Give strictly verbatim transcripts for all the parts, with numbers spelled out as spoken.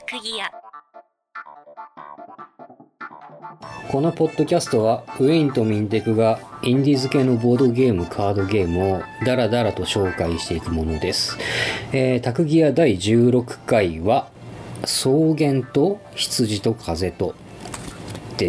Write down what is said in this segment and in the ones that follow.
クギア。 このポッドキャストはウェインとミンテクがインディーズ系のボードゲームカードゲームをダラダラと紹介していくものです。えー、タクギアだいじゅうろっかいは草原と羊と風とです、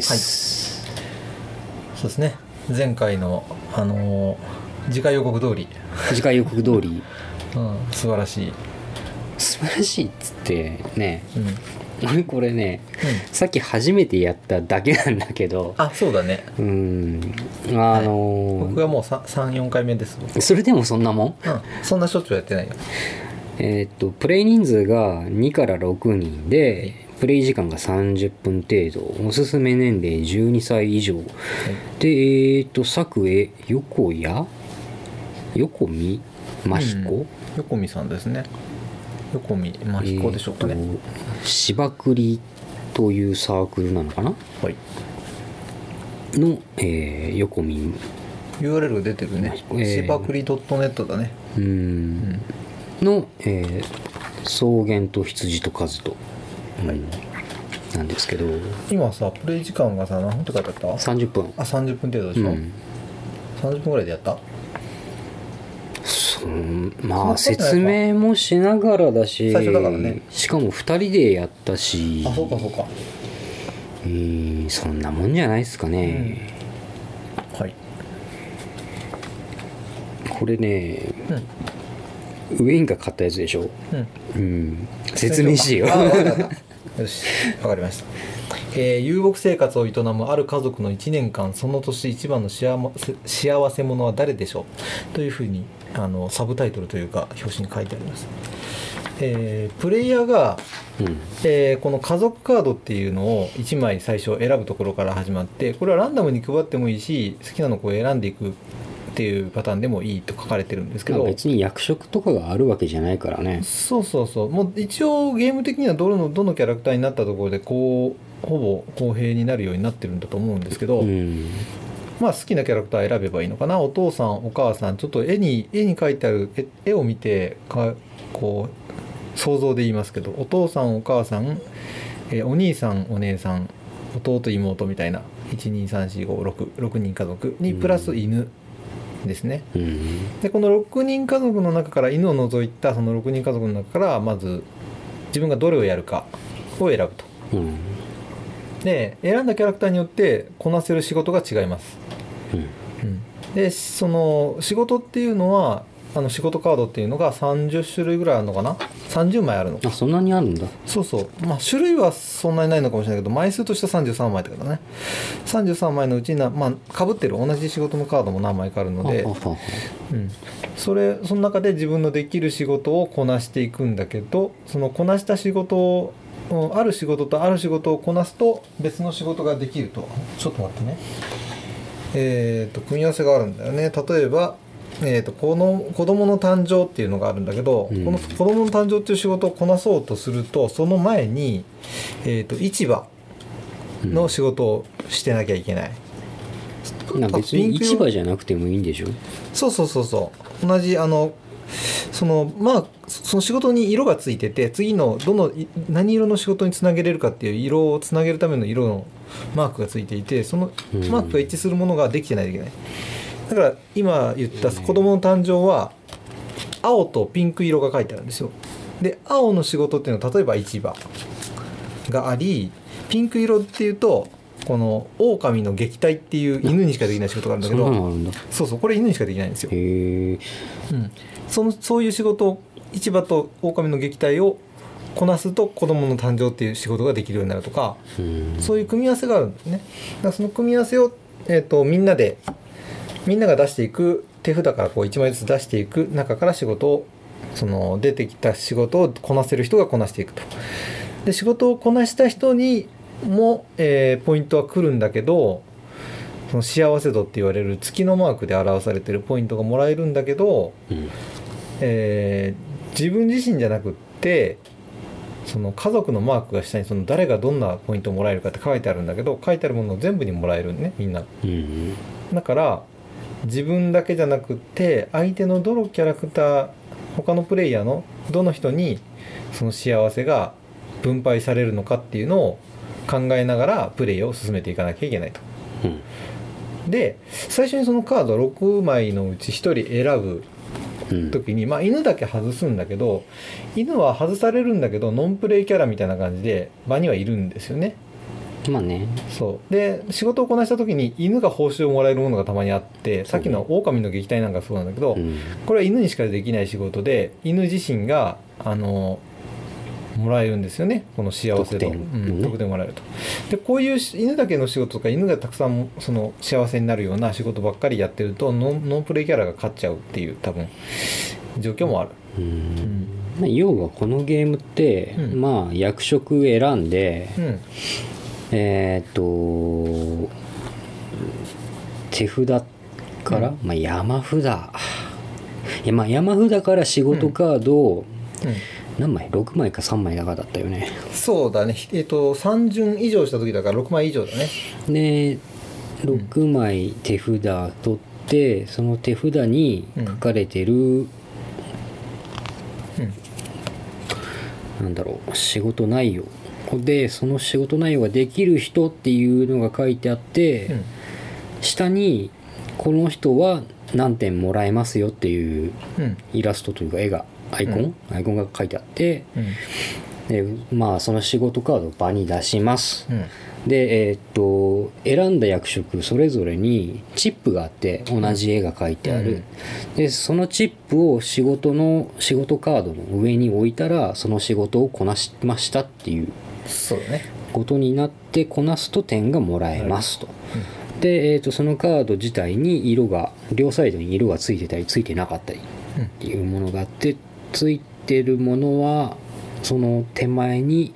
はい、そうですね。前回のあのー、次回予告通り次回予告通り、 うん、素晴らしい素晴らしいっつってね、 うん、 俺これね、うん、さっき初めてやっただけなんだけど、 あ、そうだね、 うーん、あのーはい、僕がもうさん、よんかいめです。 それでもそんなもん、 うん、そんなしょっちゅうやってないよ。 えーっとプレイ人数がにからろくにんで、プレイ時間がさんじゅっぷん程度、おすすめ年齢じゅうにさい以上、はい、で、えーっと作絵横谷横見真彦、うん、 横見さんですね。横見真彦でしょうかね。えー、 芝栗というサークルなのかな、はい、の、えー、横見ユーアールエル 出てるね、えー、芝栗 ドットネット だね。 うーん、うんの、えー、草原と羊と風と、はい、なんですけど、 今さプレイ時間がさ何分って書いてあった？ さんじゅっぷん。 あ、さんじゅっぷん程度でしょ、うん、さんじゅっぷんぐらいでやった？ そう、まあ説明もしながらだし、 最初だからね、 しかもふたりでやったし、 あ、そうかそうか、 えー、そんなもんじゃないですかね、 うん、はい。 これね、うん、ウェインが買ったやつでしょ、うん、うん、説明しよう。 よし、わかりました。えー、遊牧生活を営むある家族のいちねんかん、その年一番の幸せ、幸せ者は誰でしょうというふうにあのサブタイトルというか表紙に書いてあります。えー、プレイヤーが、うん、えー、この家族カードっていうのをいちまい最初選ぶところから始まって、これはランダムに配ってもいいし、好きなのを選んでいくっていうパターンでもいいと書かれてるんですけど、 別に役職とかがあるわけじゃないからね。 そうそうそう、もう一応ゲーム的にはどのどのキャラクターになったところでこうほぼ公平になるようになってるんだと思うんですけど、うん、まあ好きなキャラクター選べばいいのかな。お父さんお母さん、ちょっと絵に絵に描いてある 絵, 絵を見てかこう想像で言いますけど、お父さんお母さん、えお兄さんお姉さん弟妹みたいな いちにさんしごろくろくにん家族にプラス犬ですね、うん、でこのろくにん家族の中から犬を除いたそのろくにん家族の中からまず自分がどれをやるかを選ぶと、うん、で選んだキャラクターによってこなせる仕事が違います、うんうん、でその仕事っていうのはあの仕事カードっていうのがさんじゅっしゅるいぐらいあるのかな、さんじゅうまいあるのか。 あ、そんなにあるんだ。 そうそう、まあ種類はそんなにないのかもしれないけど、枚数としてはさんじゅうさんまいってことね。さんじゅうさんまいのうちにな、まあ、被ってる同じ仕事のカードも何枚かあるので、うん、それその中で自分のできる仕事をこなしていくんだけど、そのこなした仕事をある仕事とある仕事をこなすと別の仕事ができると。ちょっと待ってね、えーと組み合わせがあるんだよね。例えばえー、とこの子供の誕生っていうのがあるんだけど、うん、この子供の誕生っていう仕事をこなそうとすると、その前に、えー、と市場の仕事をしてなきゃいけない、 うん、な別に市場じゃなくてもいいんでしょ。 そうそうそうそう、同じあのそのまあその仕事に色がついてて、次のどの何色の仕事につなげれるかっていう色をつなげるための色のマークがついていて、そのマークが一致するものができてないといけない、だから今言った子供の誕生は青とピンク色が書いてあるんですよ。で青の仕事っていうのは例えば市場があり、ピンク色っていうとこの狼の撃退っていう犬にしかできない仕事があるんだけど、 そんなのあるんだ。 そうそう、これ犬にしかできないんですよ。へー、うん、そのそういう仕事を、市場と狼の撃退をこなすと子供の誕生っていう仕事ができるようになるとか、うそういう組み合わせがあるんですね。だからその組み合わせを、えーと、みんなでみんなが出していく、手札からこういちまいずつ出していく中から仕事を、その出てきた仕事をこなせる人がこなしていくと。で仕事をこなした人にも、えー、ポイントは来るんだけど、その幸せ度って言われる月のマークで表されてるポイントがもらえるんだけど、うん、えー、自分自身じゃなくってその家族のマークが下にその誰がどんなポイントをもらえるかって書いてあるんだけど、書いてあるものを全部にもらえるね、みんな、うん、だから自分だけじゃなくって相手のどのキャラクター、他のプレイヤーのどの人にその幸せが分配されるのかっていうのを考えながらプレイを進めていかなきゃいけないと、うん、で最初にそのカードろくまいのうちひとり選ぶ時に、うん、まあ犬だけ外すんだけど、犬は外されるんだけどノンプレイキャラみたいな感じで場にはいるんですよね。 まあね、 そうで仕事をこなした時に犬が報酬をもらえるものがたまにあって、さっきの狼の撃退なんかそうなんだけど、うん、これは犬にしかできない仕事で、犬自身があのもらえるんですよね、この幸せ度、うん、得点もらえると。でこういう犬だけの仕事とか犬がたくさんその幸せになるような仕事ばっかりやってるとノン、ノンプレイキャラが勝っちゃうっていう多分状況もある。うん、 うんまあ、要はこのゲームって、うん、まあ役職選んで、うんえー、っと手札から、うんまあ、山札いや、まあ、山札から仕事カードを、うんうん、何枚 ?ろく 枚かさんまいだからだったよね。 そうだね、えー、っとさん巡以上した時だからろくまい以上だね。 でろくまい手札取って、その手札に書かれてる、うん、なんだろう仕事内容で、その仕事内容ができる人っていうのが書いてあって、うん、下にこの人は何点もらえますよっていうイラストというか絵がアイコン、うん、アイコンが書いてあって、うん、でまあその仕事カードを場に出します、うん、でえー、っと選んだ役職それぞれにチップがあって同じ絵が書いてある、うん、でそのチップを仕事の仕事カードの上に置いたらその仕事をこなしましたっていうそうだね、 ことになってこなすと点がもらえますと、うん、で、えー、とそのカード自体に色が両サイドに色がついてたりついてなかったりっていうものがあって、うん、ついてるものはその手前に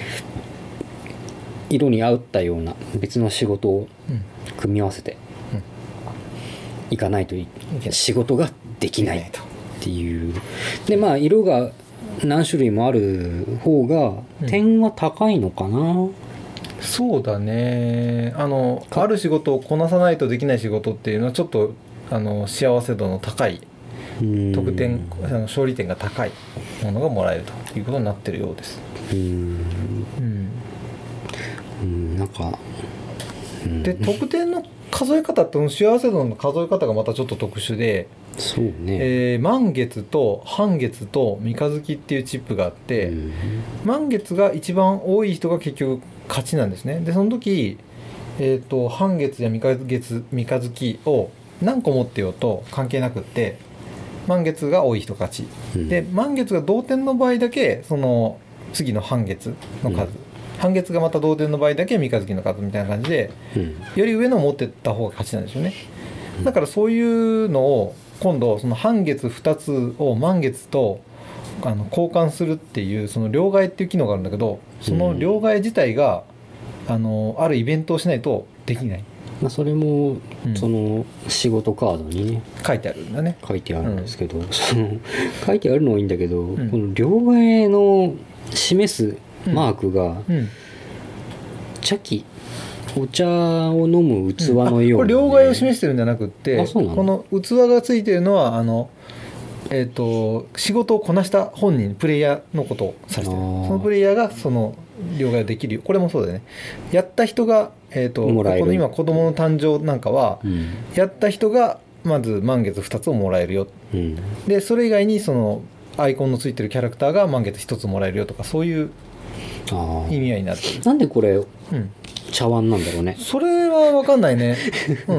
色に合ったような別の仕事を組み合わせていかないと仕事ができないっていうで、まあ色が何種類もある方が点は高いのかな、うん、 そうだね、あのある仕事をこなさないとできない仕事っていうのはちょっとあの幸せ度の高い得点、あの勝利点が高いものがもらえるということになっているようです。うーん、うんうん、なんか、 うん、で得点の数え方って幸せ度の数え方がまたちょっと特殊で、 そうね、 えー、満月と半月と三日月っていうチップがあって、うん、満月が一番多い人が結局勝ちなんですね。でその時、えーと、半月や三日月三日月を何個持ってようと関係なくって満月が多い人勝ち、うん、で満月が同点の場合だけその次の半月の数、うん、半月がまた同点の場合だけ三日月の数みたいな感じで、うん、より上のを持ってった方が勝ちなんですよね。だからそういうのを今度その半月ふたつを満月とあの交換するっていうその両替っていう機能があるんだけど、その両替自体が、うん、あのあるイベントをしないとできない。 まあ、それも、うん、その仕事カードにね書いてあるんだね。 書いてあるんですけど、うん、その書いてあるのはいいんだけど、うん、この両替の示すマークが、うんうん、茶器お茶を飲む器のような、ね、うん、これ両替を示してるんじゃなくって、この器がついてるのはあの、えー、と仕事をこなした本人プレイヤーのことを指してる。そのプレイヤーがその両替できるよ。これもそうだよね。やった人が、えー、とこの今子供の誕生なんかは、うん、やった人がまず満月ふたつをもらえるよ、うん、でそれ以外にそのアイコンのついてるキャラクターが満月ひとつもらえるよとか、そういう意味合いになってる。なんでこれ、うん、茶碗なんだろうね。 それは分かんないね、うん、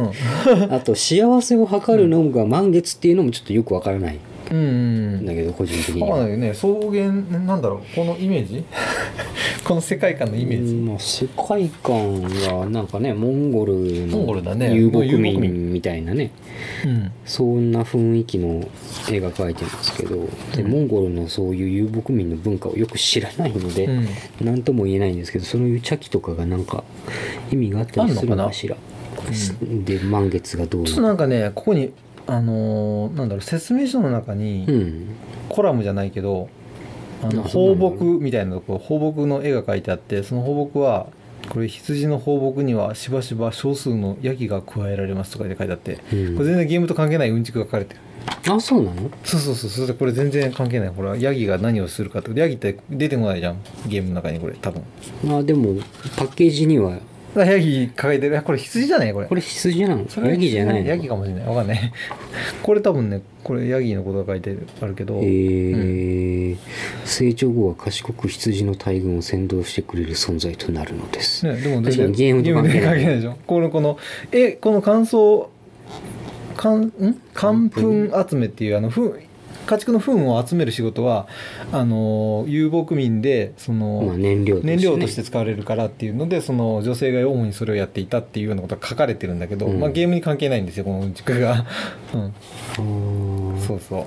あと幸せを測るのが満月っていうのもちょっとよく分からない、 うんうん、 だけど個人的にはそうだね、草原なんだろう、このイメージこの世界観のイメージ、 まあ、世界観はなんかねモンゴルのね、 遊牧民みたいなね、うん、そんな雰囲気の絵が描いてますけど、うん、でモンゴルのそういう遊牧民の文化をよく知らないので、うん、何とも言えないんですけど、そういう茶器とかがなんか意味があったりするのかしら、うん、で満月がどうなちょっとなんかねここにあのー、なんだろう説明書の中に、うん、コラムじゃないけどあの放牧みたいなところ、放牧の絵が描いてあって、その放牧はこれ羊の放牧にはしばしば少数のヤギが加えられますとかで書いてあって、うん、これ全然ゲームと関係ないうんちくが書かれてる。 あ、そうなの？ そうそうそう。それでこれ全然関係ない。これはヤギが何をするかって。ヤギって出てこないじゃん。ゲームの中にこれ多分。 あ、でもパッケージにはヤギ抱えてる。これ羊じゃないこれ。 これ羊なの？ヤギじゃないの？ ヤギかもしれない。わかんない。これ多分ね、これヤギのことが書いてあるけど。 へえ、うん、成長後は賢く羊の大群を先導してくれる存在となるのです。 ね、でも確かにゲームと関係ない。 関係ないでしょ。このこのえこの乾燥乾ん乾粉集めっていうあのふ家畜の糞を集める仕事はあの遊牧民でその、 まあ、燃料としてね、 燃料として使われるからっていうのでその女性が主にそれをやっていたっていうようなことが書かれてるんだけど、うん、まあ、ゲームに関係ないんですよこのうんちくが、うん、そうそう、うん、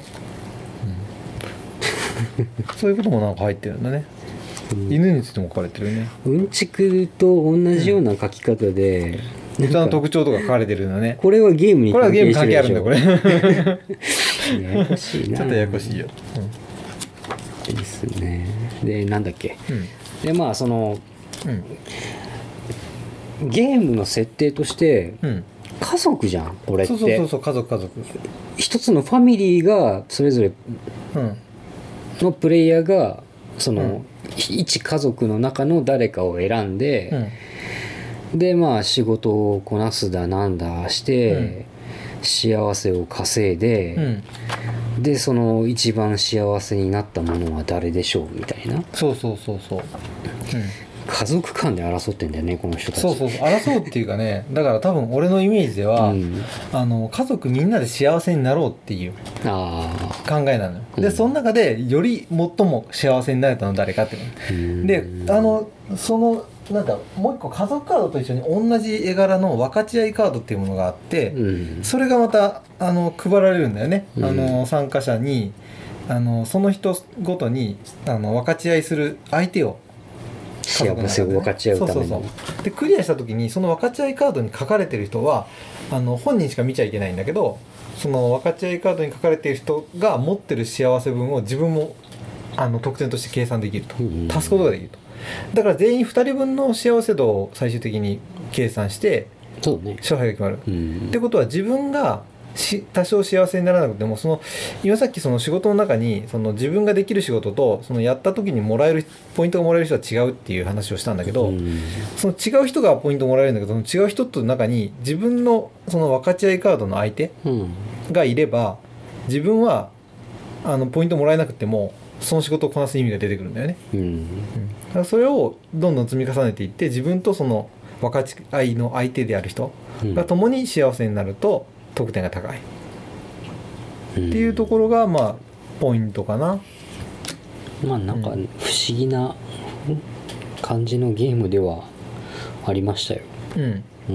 そういうこともなんか入ってるんだね、うん、犬についても書かれてるね。 うんちくと同じような書き方で、 うん、歌の特徴とか書かれてるんだね。 これはゲームに関係してるでしょ。これはゲーム関係あるんだこれややこしいな。 ちょっとややこしいよ、 うん、ですね。でなんだっけ、 うん、 でまあその、うん、ゲームの設定として、うん、家族じゃんこれって。 そうそうそう家族家族一つのファミリーがそれぞれのプレイヤーがその、うん、一家族の中の誰かを選んで、うん、でまあ仕事をこなすだなんだして、うん、幸せを稼いで、うん、でその一番幸せになったものは誰でしょうみたいな。 そうそうそうそう、うん、 家族間で争ってんだよねこの人たち。 そうそうそう争うっていうかねだから多分俺のイメージでは、うん、あの家族みんなで幸せになろうっていう考えなのよ。で、うん、その中でより最も幸せになれたのは誰かっていうであのそのなんかもう一個家族カードと一緒に同じ絵柄の分かち合いカードっていうものがあって、うん、それがまたあの配られるんだよね、うん、あの参加者にあのその人ごとにあの分かち合いする相手を幸せを分かち合うために。 そうそうそうでクリアした時にその分かち合いカードに書かれてる人はあの本人しか見ちゃいけないんだけどその分かち合いカードに書かれてる人が持ってる幸せ分を自分もあの得点として計算できると、うん、足すことができると。だから全員ふたりぶんの幸せ度を最終的に計算して勝敗が決まる、うん、ってことは自分がし多少幸せにならなくてもその今さっきその仕事の中にその自分ができる仕事とそのやった時にもらえるポイントがもらえる人は違うっていう話をしたんだけど、うん、その違う人がポイントもらえるんだけどその違う人との中に自分のその分かち合いカードの相手がいれば自分はあのポイントもらえなくてもその仕事をこなす意味が出てくるんだよね、うんうん、だからそれをどんどん積み重ねていって自分とその分かち合いの相手である人が共に幸せになると得点が高い、うん、っていうところがまあポイントかな。 まあなんか不思議な感じのゲームではありましたよ。うん、 うん、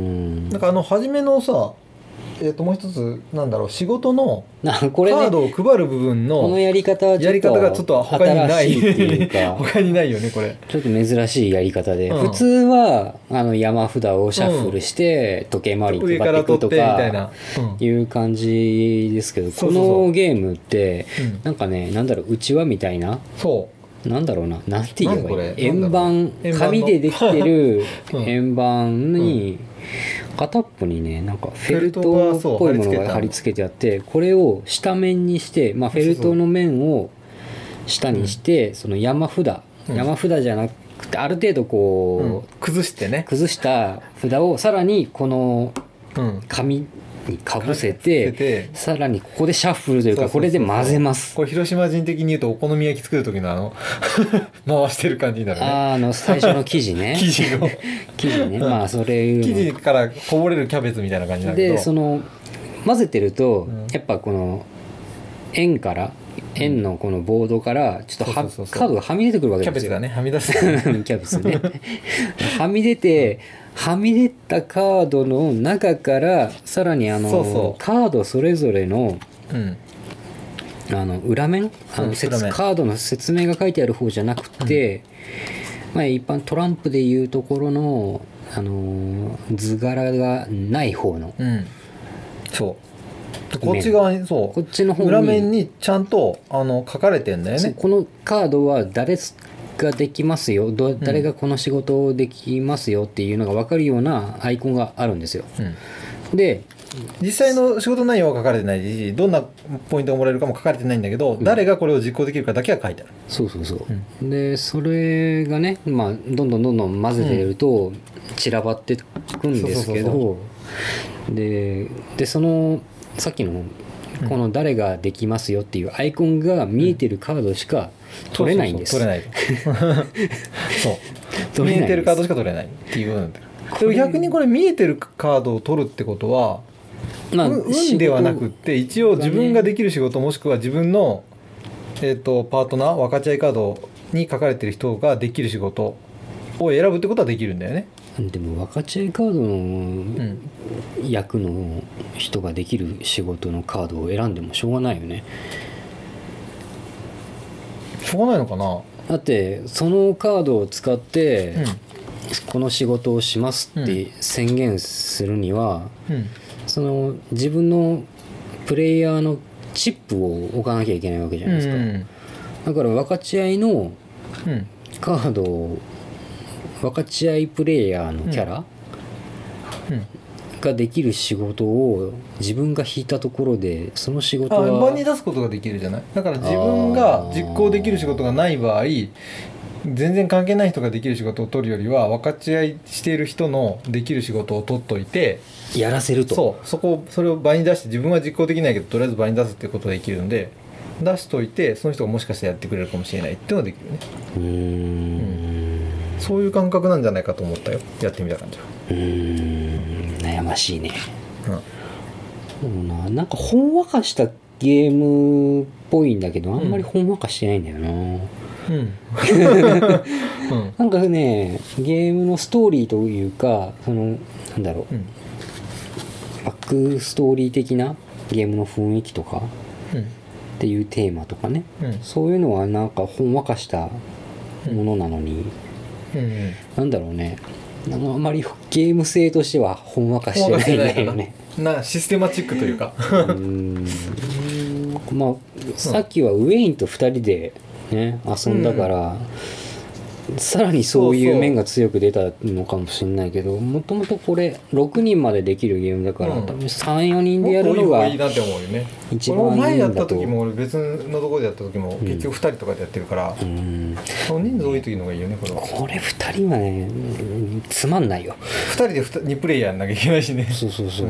なんかあの初めのさえー、ともう一つなんだろう仕事のこれ、ね、カードを配る部分のこのやり方はやり方がちょっと他にないっていうか他にないよねこれちょっと珍しいやり方で、うん、普通はあの山札をシャッフルして時計回りに配っていくとかいう感じですけど、このゲームってなんかねなんだろううちわみたいなそうなんだろうななんて言えばいい円盤紙でできてる円盤に片っぽにねなんかフェルトっぽいものが貼り付けてあってこれを下面にして、まあ、フェルトの面を下にしてその山札、うん、山札じゃなくてある程度こう、うん、 崩してね崩した札をさらにこの紙にかぶせて、うん、さらにここでシャッフルというかこれで混ぜます。 これ広島人的に言うとお好み焼き作る時のあの回してる感じになるね。 ああの最初の生地ね生地の生地ねまあそれ生地からこぼれるキャベツみたいな感じなんだけどでその混ぜてると、うん、やっぱこの円から円のこのボードからちょっとは、うん、そうそうそうカードがはみ出てくるわけですよ。 キャベツがねはみ出すキャベツねはみ出てはみ出たカードの中からさらにあのそうそうカードそれぞれの、うん、あの裏面あの説カードの説明が書いてある方じゃなくて、うんまあ、一般トランプでいうところの、あの図柄がない方の、うん、 そうこっち側にそうこっちの方に裏面にちゃんとあの書かれてんだよね。 このカードは誰ができますよど誰がこの仕事をできますよっていうのが分かるようなアイコンがあるんですよ、うん、で実際の仕事内容は書かれてないし、どんなポイントがもらえるかも書かれてないんだけど、うん、誰がこれを実行できるかだけは書いてある。 そうそうそう、うん、でそれがね、まあ、どんどんどんどん混ぜてると散らばっていくんですけど、ででそのさっきのこの誰ができますよっていうアイコンが見えてるカードしか取れないんです。 取れないそう見えてるカードしか取れないっていうのでも逆にこれ見えてるカードを取るってことは、まあ、運ではなくって一応自分ができる仕事もしくは自分の、えーと、パートナー分かち合いカードに書かれてる人ができる仕事を選ぶってことはできるんだよね。 でも分かち合いカードの役の人ができる仕事のカードを選んでもしょうがないよね。 しょうがないのかな。 だってそのカードを使って、うん、この仕事をしますって宣言するには、うん、その自分のプレイヤーのチップを置かなきゃいけないわけじゃないですか、うん、だから分かち合いのカードを分かち合いプレイヤーのキャラ、うんうん、ができる仕事を自分が引いたところでその仕事は場に出すことができるじゃない。だから自分が実行できる仕事がない場合、全然関係ない人ができる仕事を取るよりは分かち合いしている人のできる仕事を取っといてやらせると、 そうそこそれを場に出して、自分は実行できないけどとりあえず場に出すってことができるんで、出しといてその人がもしかしたらやってくれるかもしれないっていうのができるね。うーん、うん、そういう感覚なんじゃないかと思ったよ、やってみた感じは。 うーん、悩ましいね、うん、でもな、なんかほんわかしたゲームっぽいんだけどあんまりほんわかしてないんだよな、うんうん、なんかね、ゲームのストーリーというか、そのなんだろう、うん、バックストーリー的なゲームの雰囲気とか、うん、っていうテーマとかね、うん、そういうのはなんかほんわかしたものなのに、うんうん、なんだろうね、あんまりゲーム性としてはほんわかしてないんだよね。 なシステマチックというかうーん、 まあさっきはウェインとふたりでね、遊んだから、うん、さらにそういう面が強く出たのかもしれないけど、もともとこれろくにんまでできるゲームだから、うん、多分さんよにんでやるのがいいなって思うよね。一番いいんだと。俺前やった時も俺別のところでやった時も結局ふたりとかでやってるから、うん、その人数多い時の方がいいよね。これはこれふたりはねつまんないよ。 ふたりでにプレイヤーやんなきゃいけないしね。 そうそうそう、うん、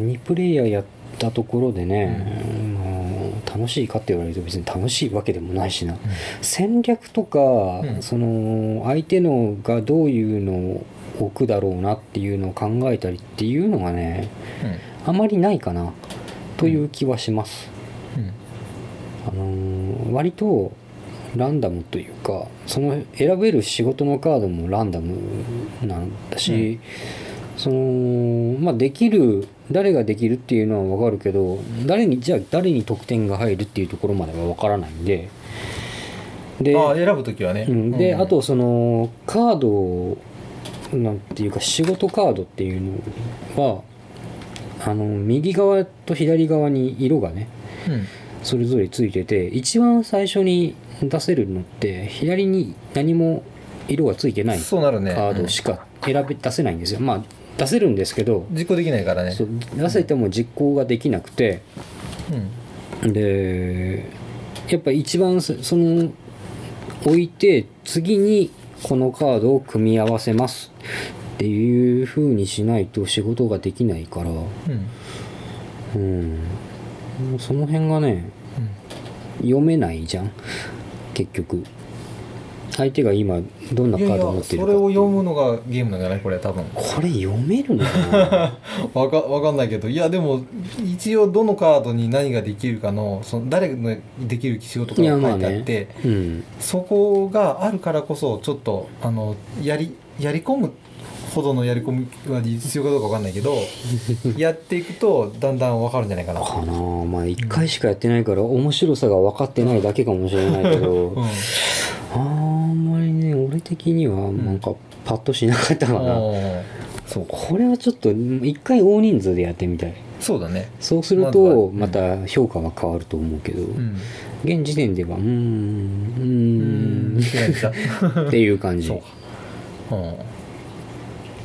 にプレイヤーやったところでね、うん楽しいかって言われると別に楽しいわけでもないしな、うん、戦略とか、うん、その相手のがどういうのを置くだろうなっていうのを考えたりっていうのがね、うん、あまりないかなという気はします、うん、あのー、割とランダムというか、その選べる仕事のカードもランダムなんだし、うん、そのまあできる誰ができるっていうのは分かるけど、誰にじゃあ誰に得点が入るっていうところまでは分からないんで、 であ選ぶときはね、 うん、で、うん、あとそのカードなんていうか仕事カードっていうのはあの右側と左側に色がね、うん、それぞれついてて、一番最初に出せるのって左に何も色がついてないカードしか選べ出せないんですよ。まあ出せるんですけど実行できないからね。 そう出せても実行ができなくて、うん、でやっぱ一番その置いて次にこのカードを組み合わせますっていう風にしないと仕事ができないから、うん、うん、その辺がね、うん、読めないじゃん結局。相手が今どんなカードを持ってるか、いやいやそれを読むのがゲームなんじゃないこれ多分。 これ読めるのかなわかわかんないけど、いやでも一応どのカードに何ができるかの、その誰ができる仕事とかが書いてあって、ね、うん、そこがあるからこそちょっとあのやりやり込むほどのやり込みは必要かどうかわかんないけどやっていくとだんだんわかるんじゃないかなかな。まあいっかいしかやってないから面白さが分かってないだけかもしれないけど、うん、あんまりね俺的にはなんかパッとしなかったかな、うん、そうこれはちょっといっかい大人数でやってみたい。 そうだね。 そうするとまた評価は変わると思うけど、うん、現時点ではうーんうーんっていう感じ。そう、うん、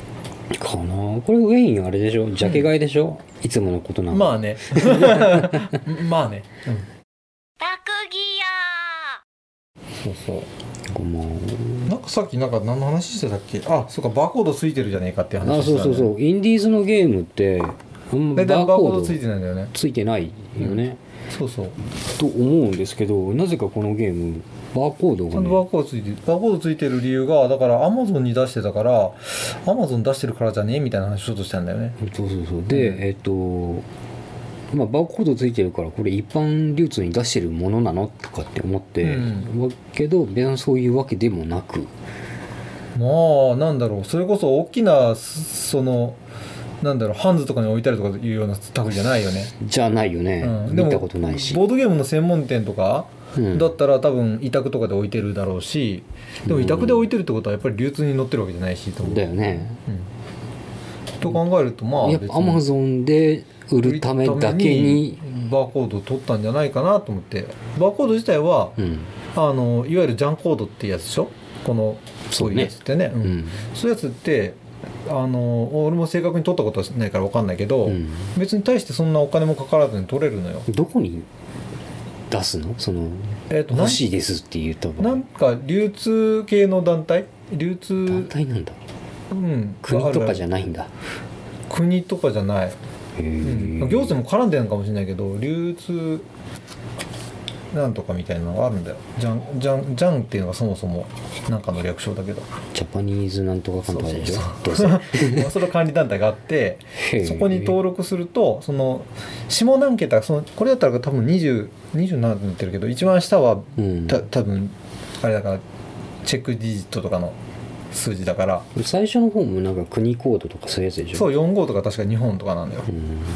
かな。これウェインあれでしょ、ジャケ買いでしょ、うん、いつものことなの。 まあねまあね、うん、 タクギヤそうそうごまなんかさっきなんか何の話してたっけ。あ、そうか、バーコードついてるじゃねえかっていう話あ、 してた、ね、 そうそうそう、インディーズのゲームって大体バーコードついてないんだよね。 ついてないよね、 うん、そうそうと思うんですけど、なぜかこのゲームバーコードが、ね、 ちゃんとバーコードついてる。バーコードついてる理由がだからアマゾンに出してたからアマゾン出してるからじゃねえみたいな話をちょっとしたんだよね。 そうそうそうで、うん、えっとまあ、バーコードついてるからこれ一般流通に出してるものなのとかって思って、うん、けど別にそういうわけでもなく、 まあなんだろう、それこそ大きなそのなんだろうハンズとかに置いたりとかいうようなタグじゃないよね。 じゃないよね、うん、見たことないし。 ボードゲームの専門店とか、うん、だったら多分委託とかで置いてるだろうし、でも委託で置いてるってことはやっぱり流通に載ってるわけじゃないしと思う。 だよね、 うん、と考えるとまあやっぱアマゾンで売るためだけにバーコードを取ったんじゃないかなと思って。バーコード自体は、うん、あのいわゆるジャンコードっていうやつでしょ、このそういうやつってね、そう、うんうん、そういうやつってあの俺も正確に取ったことはないから分かんないけど、うん、別に対してそんなお金もかからずに取れるのよ。 どこに出すのその、えー、と欲しいですって言った場合なんか流通系の団体流通団体なんだ、 うん、 国とかじゃないんだ。 国とかじゃない、うん、行政も絡んでるのかもしれないけど流通なんとかみたいなのがあるんだよ。ジャンジャンジャンっていうのがそもそもなんかの略称だけど、 ジャパニーズなんとかかんとかでしょ。 そうそうそうその管理団体があってそこに登録するとその下何桁そのこれだったら多分にじゅう、にじゅうななって言ってるけど一番下は、うん、た多分あれだからチェックディジットとかの数字だから。 最初の方もなんか国コードとかそういうやつでしょ。 そうよんじゅうごとか確か日本とかなんだよ、うん、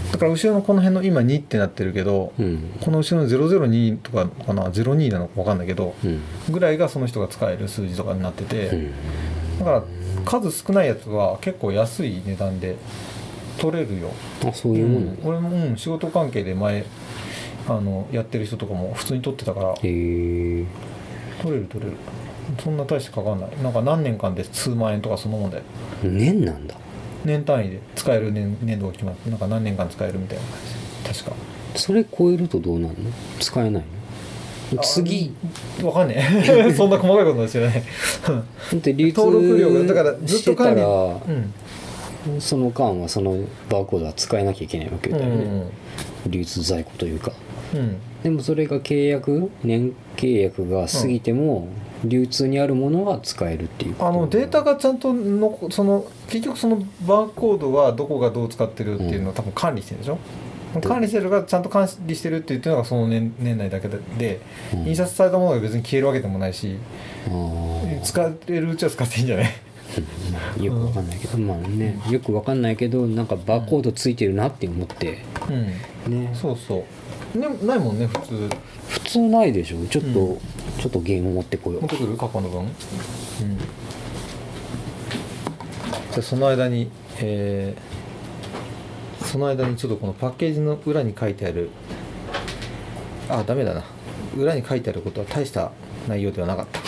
だから後ろのこの辺の今にってなってるけど、うん、この後ろのゼロゼロにとかかなゼロになのか分かんないけど、うん、ぐらいがその人が使える数字とかになってて、うん、だから数少ないやつは結構安い値段で取れるよ。 あ、そういうもの、うん、 俺も、うん、仕事関係で前あのやってる人とかも普通に取ってたから。へー、 取れる取れる、そんな大してかかんない。なんか何年間で数万円とかそのもんで。 年なんだ。 年単位で使える 年, 年度が決まってなんか何年間使えるみたいな感じ確か。 それ超えるとどうなるの？使えないの？次わかんねえそんな細かいことは知らない登録料がだからずっと管理、 うん、その間はそのバーコードは使えなきゃいけないわけだよね、うんうん、流通在庫というか、うん、でもそれが契約年契約が過ぎても、うん、流通にあるものは使えるっていうこと。 あのデータがちゃんとのその結局そのバーコードはどこがどう使ってるっていうのを多分管理してるでしょ、うん、管理してるがちゃんと管理してるって言ってるのがその 年, 年内だけで、うん、印刷されたものが別に消えるわけでもないし、うん、使えるうちは使っていいんじゃないよくわかんないけど、うん、まあね、よくわかんないけどなんかバーコードついてるなって思って、 うんね、そうそうね、ないもんね普通。 普通ないでしょ。ちょっと、うん、ちょっとゲーム持ってこよう。 持ってくる過去の分、うん、じゃあその間に、えー、その間にちょっとこのパッケージの裏に書いてある、あダメだな、裏に書いてあることは大した内容ではなかった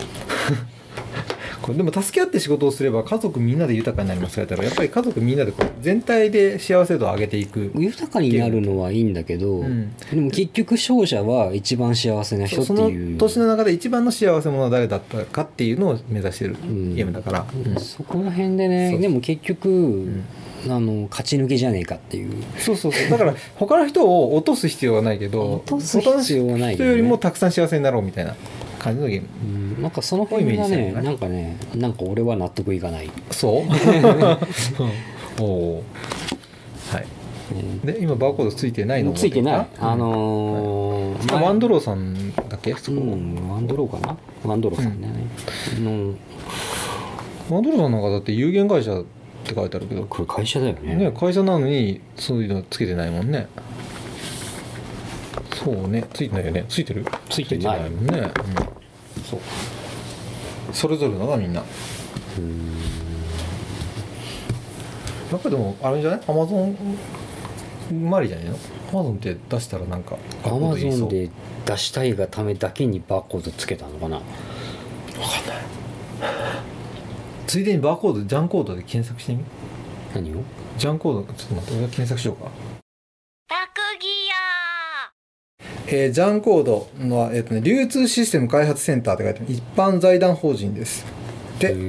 これでも助け合って仕事をすれば家族みんなで豊かになりますから、やっぱり家族みんなでこう全体で幸せ度を上げていく。 豊かになるのはいいんだけど、うん、でも結局勝者は一番幸せな人っていう、 その年の中で一番の幸せ者は誰だったかっていうのを目指してるゲームだから、 うんうん、そこら辺でね。でも結局、うん、あの勝ち抜けじゃねえかっていう。 そうそうそう、だから他の人を落とす必要はないけど落とす必要はない、ね、 人よりもたくさん幸せになろうみたいな感じのゲーム、 うん、なんかその辺がね、なんかね、なんか俺は納得いかない。 そうおお、はい、で今バーコードついてないの？ ついてない、あのーはい、ワンドローさんだっけ？そこ、 うん、ワンドローかな、ワンドローさんだよね、うん、のワンドローさんなんかだって有限会社って書いてあるけど、 これ会社だよね。 ね、会社なのにそういうのつけてないもんね。そうね、ついてないよね。ついてる？ ついてないもんね、うん、そうそれぞれだなみんな。うーん、やっぱりでもあれじゃない？アマゾン周りじゃないの？アマゾンって出したらなんかアマゾンで出したいがためだけにバーコードつけたのかな。 分かんない。ついでにバーコードジャンコードで検索してみ。 何を？ ジャンコード、ちょっと待って、俺が検索しようか。 タクギえー、ジャンコードの、えーとね、流通システム開発センターって書いてある。一般財団法人です。で、うん、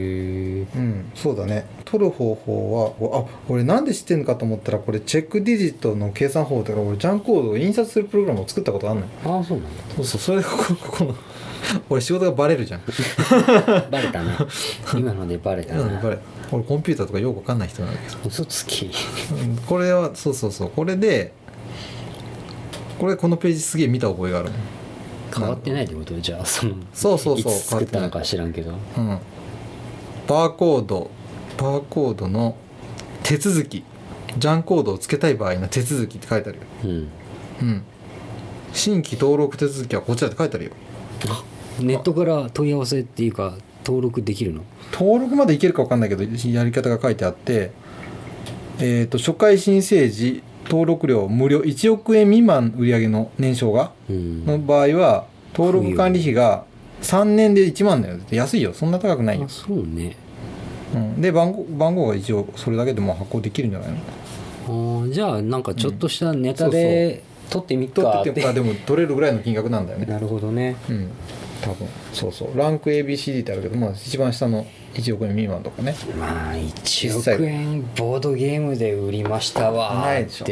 そうだね。取る方法は、あ、俺なんで知ってんのかと思ったら、これチェックディジットの計算方法だから、俺ジャンコードを印刷するプログラムを作ったことあんのよ。 ああ、そうなんだ。 そうそう、それでここここの俺仕事がバレるじゃん。 バレたな。今のでバレたな。 今のでバレ俺コンピューターとかよくわかんない人なんだけど。 嘘つき。 うん、これはそうそうそう、これでこれこのページすげえ見た覚えがあるもん。 変わってないってこと？じゃあそのそうそうそう、 いつ作ったのか知らんけど、 うん、バーコードバーコードの手続き、ジャンコードをつけたい場合の手続きって書いてあるよ。 うんうん、新規登録手続きはこちらって書いてあるよ。 ネットから問い合わせっていうか登録できるの？ 登録までいけるか分かんないけどやり方が書いてあって、えーと初回申請時登録料無料いちおくえん未満売上の年商が、うん、の場合は登録管理費がさんねんでいちまんだよ。安いよ、そんな高くないよ。 あ、そうね、 うん、で番号番号が一応それだけでも発行できるんじゃないの？あ、じゃあなんかちょっとしたネタで取ってみっかって、うん、 取ってみっかでも取れるぐらいの金額なんだよね。 なるほどね、 うん、多分そうそうランク エービーシーディー ってあるけど、まあ、一番下のいちおくえん未満とかね。 まあいちおくえんボードゲームで売りましたわーって、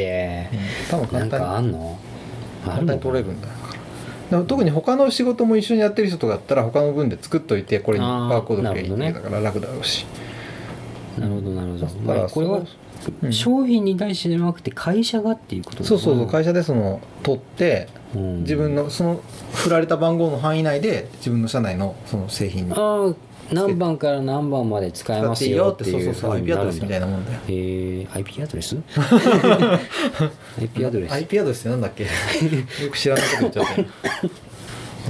うん、多分簡単になんかあんの簡単に取れるんだよ。でも特に他の仕事も一緒にやってる人とかだったら他の分で作っといてこれにバーコードプレイってだから楽だろうし。 なるほどなるほど。 だからまあ、これは商品に対してじゃなくて会社がっていうことだ、 そうそうそう、会社でその取って、うん、自分のその振られた番号の範囲内で自分の社内のその製品にああ何番から何番まで使えますよっていう。 そうそうそう、 アイピー アドレスみたいなもんだよ。 えー、アイピー アドレスアイピー アドレスアイピー アドレスってなんだっけよく知らないこと言っちゃった、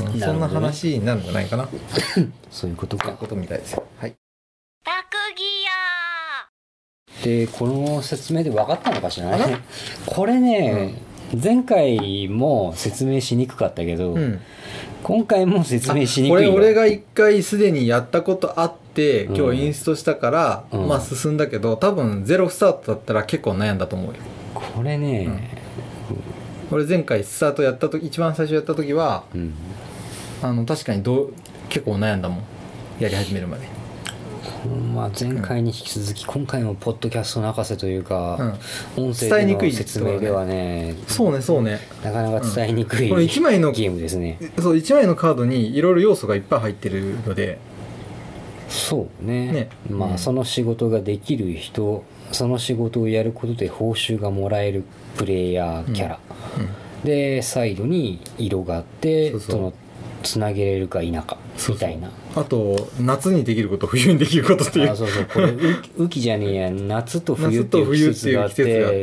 うん、そんな話になるんじゃないかなそういうことか。そういうことみたいですよ。はい。 タクギでこの説明で分かったのかしらねこれね、うん、前回も説明しにくかったけど、うん、今回も説明しにくいよ。 これ俺が一回すでにやったことあって今日インストしたから、うん、まあ進んだけど多分ゼロスタートだったら結構悩んだと思うよ。 これね、 うん、俺前回スタートやった時一番最初やった時は、うん、あの確かにどう結構悩んだもん、やり始めるまで。 まあ、前回に引き続き今回もポッドキャスト泣かせというか、うん、音声での説明ではね、 そうねそうね、 なかなか伝えにくい、うん、 これいちまいのゲームですね。 そういちまいのカードにいろいろ要素がいっぱい入ってるので、 そうね、ね、まあ、 うん、 その仕事ができる人、その仕事をやることで報酬がもらえるプレイヤーキャラ、うんうん、でサイドに色があって、そうそう、そのつなげれるか否かみたいな。 あと夏にできること冬にできることっていう。 あ、そうそう、これ雨季じゃねえや、夏と冬っていう季節があって、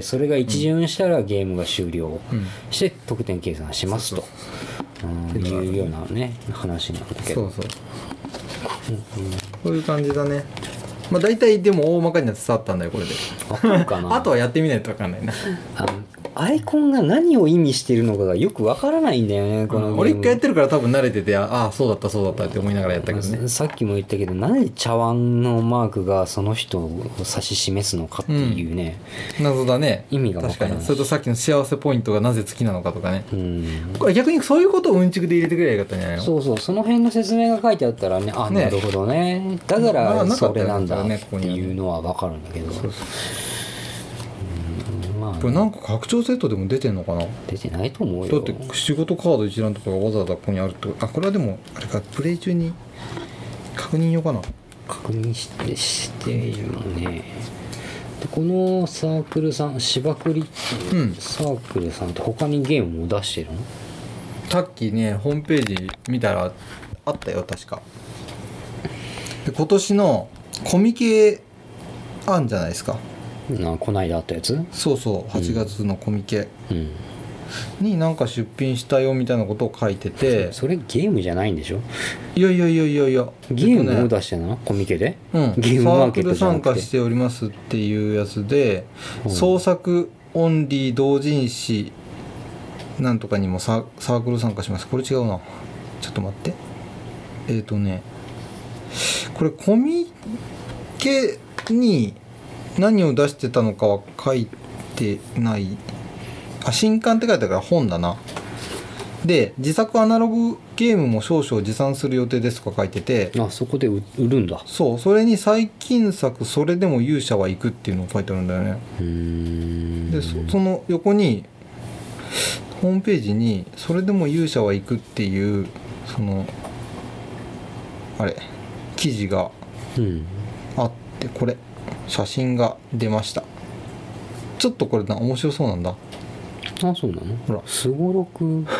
それが一巡したらゲームが終了して得点計算しますと、うん、いうようなね話なんだけど、 そうそう、うんうん、そういう感じだね。まあ大体でも大まかには伝わったんだよこれで。 わかるかなあとはやってみないと分かんないな。 あのアイコンが何を意味してるのかがよくわからないんだよねこのゲーム、うん、 俺一回やってるから多分慣れてて、ああそうだったそうだったって思いながらやったけどね。 さっきも言ったけどなんで茶碗のマークがその人を指し示すのかっていうね、 うん、謎だね。 意味がわからない。 確かに。それとさっきの幸せポイントがなぜ好きなのかとかね、うん、これ逆にそういうことをうんちくで入れてくればよかったんじゃないの。そうそう、その辺の説明が書いてあったらね、あ、ね、なるほどね、だからそれなんだっていうのはわかるんだけど、そうそう、 まあ、これなんか拡張セットでも出てんのかな。 出てないと思うよ。 だって仕事カード一覧とかがわざわざここにあるって。あ、これはでもあれか、プレイ中に確認用かな。 確認してしているのね。でこのサークルさん、芝栗っていうサークルさんって他にゲームも出してるの？ さっきねホームページ見たらあったよ確か。で今年のコミケあんじゃないですか。 な、こないだあったやつ。 そうそう、はちがつのコミケになんか出品したよみたいなことを書いてて、 うん、それゲームじゃないんでしょ。 いやいやいやいやいや、 ゲームを出してんの、ね、コミケで、 うん、ゲームマーケットじゃなくてサークル参加しておりますっていうやつで、うん、創作オンリー同人誌なんとかにも サ, サークル参加します。これ違うな、ちょっと待って、えっ、ー、とねこれコミケに何を出してたのかは書いてない。あ、新刊って書いてあるから本だな。で自作アナログゲームも少々持参する予定ですとか書いてて、 あそこで売るんだ。 そう、それに最近作それでも勇者は行くっていうのを書いてあるんだよね。 うーんで そ, その横にホームページにそれでも勇者は行くっていうそのあれ記事があって、これ写真が出ました。ちょっとこれな面白そうなんだ。 あ、そうなの。 ほらすごろくん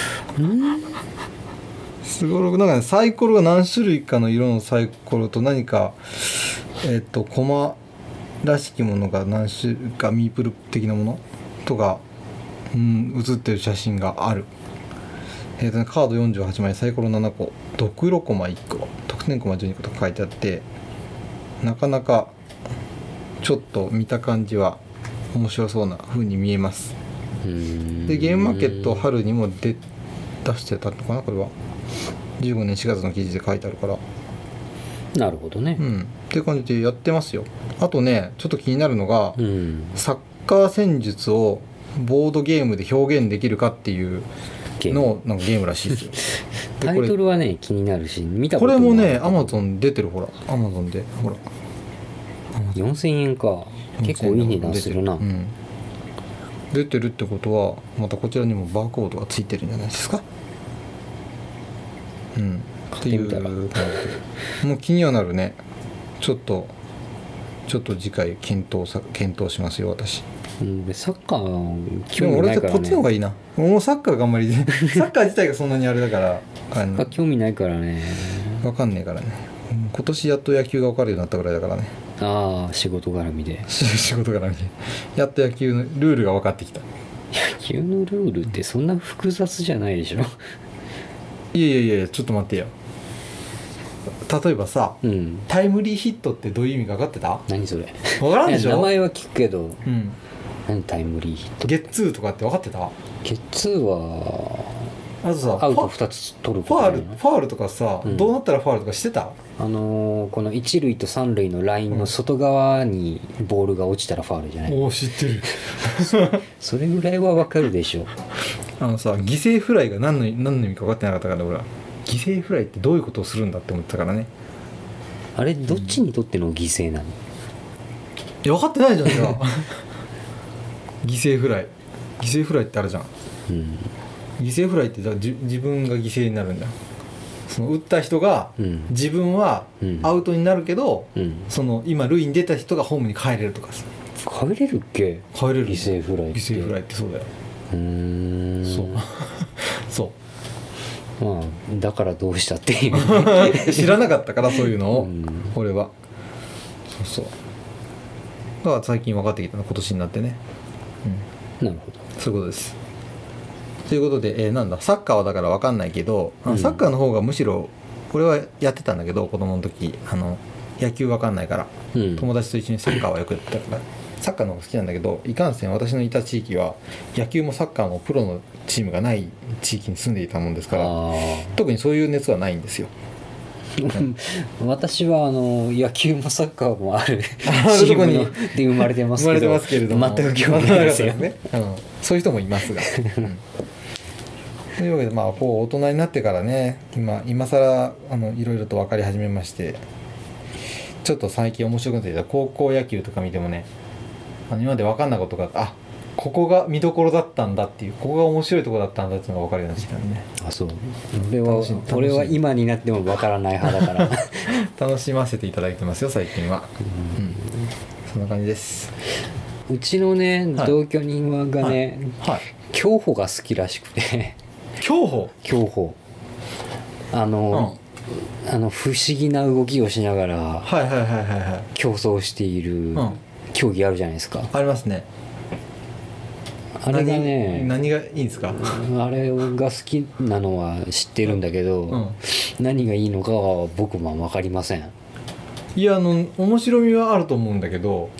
すごろくなんかね、サイコロが何種類かの色のサイコロと何かえっ、とコマらしきものが何種類かミープル的なものとか、うん、写ってる写真がある。えーとね、カードよんじゅうはちまい、サイコロななこ、ドクロコマいっこ、得点コマじゅうにこと書いてあって、なかなかちょっと見た感じは面白そうな風に見えます。でゲームマーケット春にも出出してたのかな、これはじゅうごねんしがつの記事で書いてあるから。 なるほどね。 うんっていう感じでやってますよ。あとねちょっと気になるのが、 うん、 サッカー戦術をボードゲームで表現できるかっていうのなんかゲームらしいですよ。 タイトルはね気になるし見たこことれもねアマンゾン出てる。ほらアマゾンでほらよんせんえんか。結構いい値段するな。 うん、出てるってことはまたこちらにもバーコードがついてるんじゃないですか。うんっていう感じでもう気にはなるね。ちょっとちょっと次回検討さ検討しますよ私。 うん、サッカーで興も俺はこ味ないからね。 っちの方がいいな。もうサッカーがあんまりサッカー自体がそんなにあれだからあの興味ないからね。 分かんねえからね。今年やっと野球が分かるようになったぐらいだからね。 ああ仕事絡みで。 仕事から見てやっと野球のルールが分かってきた。 野球のルールってそんな複雑じゃないでしょ。 いやいやいやちょっと待ってよ。例えばさ、 うん、 タイムリーヒットってどういう意味か分かってた？ 何それ。 分からんでしょ。 名前は聞くけど、 うん、 何タイムリーヒット。 ゲッツーとかって分かってた？ ゲッツーはあとさアウトファふたつ取るフことじゃないの。 ァールファールとかさ、 うんどうなったらファールとかしてた？ あのー、この一塁と三塁のラインの外側にボールが落ちたらファールじゃない、 おお知ってる。 それぐらいはわかるでしょ。 あのさ犠牲フライが何の何の意味か分かってなかったから俺は犠牲フライってどういうことをするんだって思ってたからね。 あれどっちにとっての犠牲なの。 いや分かってないじゃんじゃあ犠牲フライ犠牲フライってあるじゃん。 うん犠牲フライってじゃあじ自分が犠牲になるんじゃん。その打った人が、 うん、 自分はうんアウトになるけど、 うん、 その今塁に出た人がホームに帰れるとかさ。 帰れるっけ。 帰れる。 犠牲フライって。 犠牲フライってそうだよ。 うーんそうそうまあだからどうしたっていう知らなかったからそういうのを、 うん、 俺はそうそうだから最近分かってきたの今年になってね、 うん、なるほどそういうことです。ということで、えー、なんだサッカーはだから分かんないけど、うん、サッカーの方がむしろ俺はやってたんだけど子供の時あの野球分かんないから、うん、友達と一緒にサッカーはよくやってたからサッカーの方が好きなんだけどいかんせん私のいた地域は野球もサッカーもプロのチームがない地域に住んでいたもんですから特にそういう熱はないんですよ。 私はあの野球もサッカーもあるチームので生まれてますけど生まれてますけれども全く興味ないですよ、 ねうん、そういう人もいますが、うん、というわけでまあこう大人になってからね今今更あのいろいろと分かり始めましてちょっと最近面白くなってきた高校野球とか見てもねあの今まで分かんないことがあここが見どころだったんだっていうここが面白いところだったんだっていうのが分かるようになってきたんでね。 あそう俺は俺は今になっても分からない派だから楽しませていただいてますよ最近は、うんうん、そんな感じです。 うちのね、はい、同居人がね、はいはい、競歩が好きらしくて競歩競歩あの、うん、あの不思議な動きをしながら競争している競技あるじゃないですか。 ありますね。 あれがね何, 何がいいんですか。 あれが好きなのは知ってるんだけど、うん、何がいいのかは僕も分かりません。 いやあの面白みはあると思うんだけど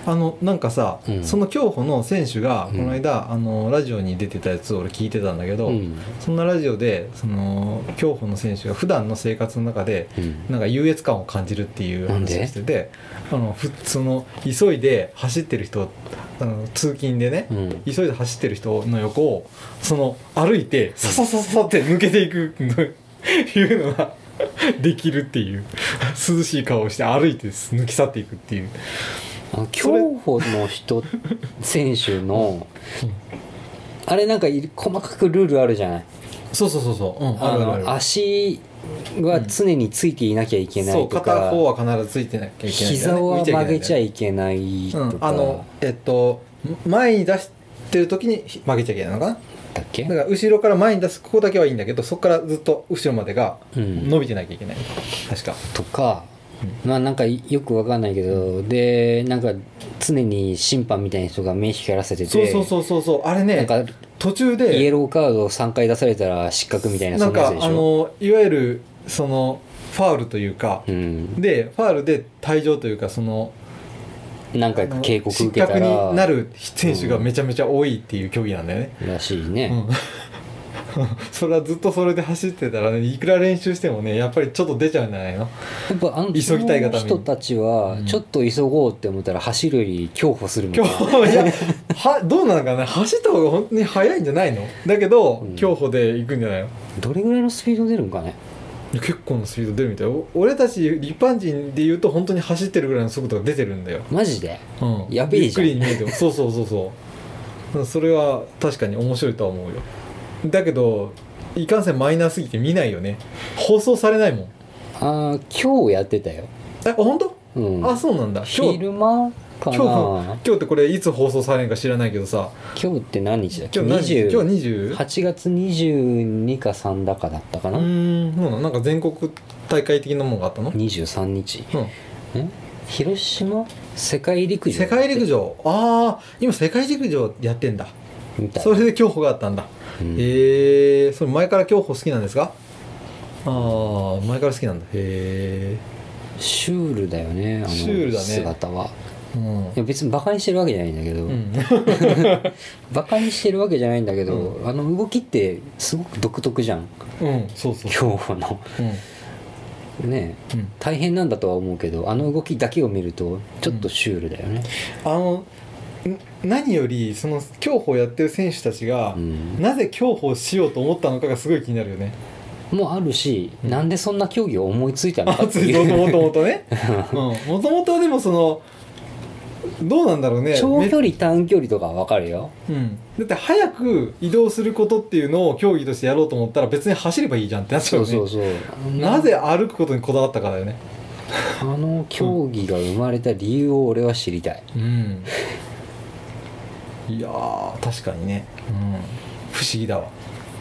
あのなんかさ、 うんその競歩の選手がうんこの間、あのラジオに出てたやつを俺聞いてたんだけど、 うんそんなラジオでその競歩の選手が普段の生活の中でうんなんか優越感を感じるっていうなんで話をしてて、あのふその急いで走ってる人、あの通勤でね、 うん急いで走ってる人の横をその歩いてささささって抜けていくのいうのができるっていう、涼しい顔をして歩いて抜き去っていくっていう。 あの競歩の人選手のあれなんかい細かくルールあるじゃない。 そうそうそうそう、うん、ああるあるある。 の足は常についていなきゃいけなそういとか、 片方は必ずついてなきゃいけないんだよね、 膝は曲げちゃいいけないとうん、 か、 あのえっと前に出してる時に曲げちゃいけないのかな。 だっけだから後ろから前に出すここだけはいいんだけど、そこからずっと後ろまでがうん伸びてなきゃいけない、確か。 とか、まあなんかよくわかんないけど、でなんか常に審判みたいな人が目光らせてて、 そうそうそうそうそう、あれね、 なんか途中でイエローカードをさんかい出されたら失格みたいな、 なんかそんなやつでしょ。 あのいわゆるそのファウルというか、 うん、 でファウルで退場というか、その何回か警告受け失格たらになる選手がめちゃめちゃ多いっていう競技なんだよね。 らしいね、 うんそれはずっとそれで走ってたらね、いくら練習してもね、やっぱりちょっと出ちゃうんじゃないの。 やっぱあの急ぎたいがために人たちはうんちょっと急ごうって思ったら走るより競歩するみた今いな、 日いやはどうなのかな、走った方が本当に速いんじゃないの。だけど、 うん競歩で行くんじゃないの。 どれぐらいのスピード出るんかね。 いや結構なスピード出るみたい。お俺たち一般人で言うと本当に走ってるぐらいの速度が出てるんだよ。 マジでうん、 やべえじゃんゆっくりに見えてもそうそうそうそうそれは確かに面白いとは思うよ。だけどいかんせんマイナーすぎて見ないよね。放送されないもん。 ああ今日やってたよ、 え本当、 うん、 あそうなんだ。今日昼間かな。 今日今日ってこれいつ放送されるか知らないけどさ、 今日って何日だっけ。 今日何日、今日にじゅうはちがつにじゅうにかさんだかだったかうな、 ーんそうなの。なんか全国大会的なものがあったの。 にじゅうさんにち、 うん、 ん広島世界陸上世界陸上、ああ今世界陸上やってんだ。 みたいそれで競歩があったんだ。 うんへえ、それ前から競歩好きなんですか。ああ前から好きなんだ。へシュールだよね、あのシュールだね姿は。 え、うんいや別にバカにしてるわけじゃないんだけど、 うんバカにしてるわけじゃないんだけど、 うあの動きってすごく独特じゃん、 うんそうそう競歩のうんね。 うん大変なんだとは思うけど、あの動きだけを見るとちょっとシュールだよね。 あのん何よりその競歩をやってる選手たちが、 うんなぜ競歩をしようと思ったのかがすごい気になるよね。 もあるし、 うんなんでそんな競技を思いついたのかあっていうもともとねもともとでもそのどうなんだろうね。 長距め離短距離とかは分かるよ。 うん、だって早く移動することっていうのを競技としてやろうと思ったら別に走ればいいじゃんってなっちゃうよね。 そうそうそう。 なぜ歩くことにこだわったかだよね。 あの競技が生まれた理由を俺は知りたい。 うんいやー確かにね、うん、不思議だわ。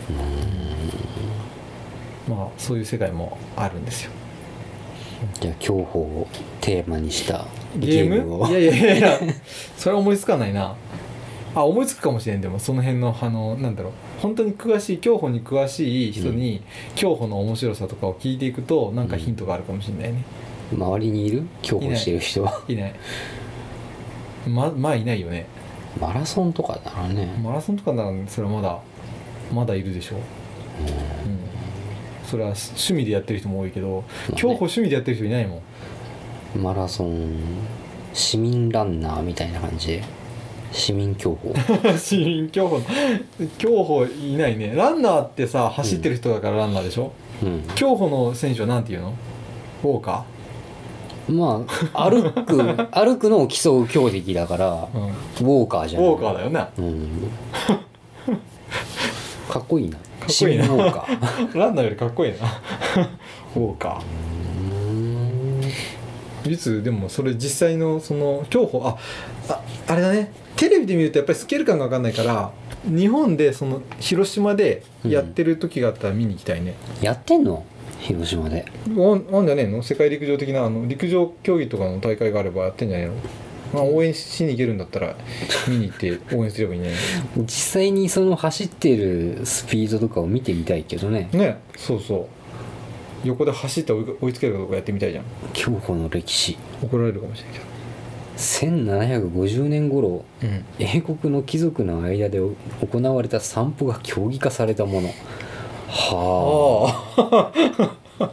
まあそういう世界もあるんですよ。 じゃあ競歩をテーマにしたゲームゲームをいやいやいやいやそれは思いつかないなあ。思いつくかもしれん。でもその辺のあのなんだろう、本当に詳しい競歩に詳しい人に、競歩の面白さとかを聞いていくとなんかヒントがあるかもしれないね。 周りにいる競歩してる人は。 いないままあいないよね。 マラソンとかだからね。 マラソンとかならそれはまだまだいるでしょう、うん、それは趣味でやってる人も多いけど、 ね競歩趣味でやってる人いないもん。 マラソン市民ランナーみたいな感じで市民競歩市民競歩競歩いないね。ランナーってさ走ってる人だからランナーでしょ、 うん競歩の選手はなんていうの、ウォーカまあ歩く歩くのを競う競技だからー、うん、ウウォーカーじゃない。 ォーカーだよね。 うんかっこいいな。 かっこいいな市民ウォーカーランナーよりかっこいいなウォーカうんー。いつでもそれ実際のその競歩、あああれだね、テレビで見るとやっぱりスケール感が分かんないから日本でその広島でやってる時があったら見に行きたいね。 やってんの広島で。 あなんじゃねえの、世界陸上的なあの陸上競技とかの大会があればやってんじゃねえの。まあ、応援しに行けるんだったら見に行って応援すればいいね。 実際にその走ってるスピードとかを見てみたいけどね。 ねそうそう横で走って追い追いつけるかどうかやってみたいじゃん。 競歩の歴史。 怒られるかもしれないけどせんななひゃくごじゅうねん頃、 うん英国の貴族の間で行われた散歩が競技化されたもの。はあ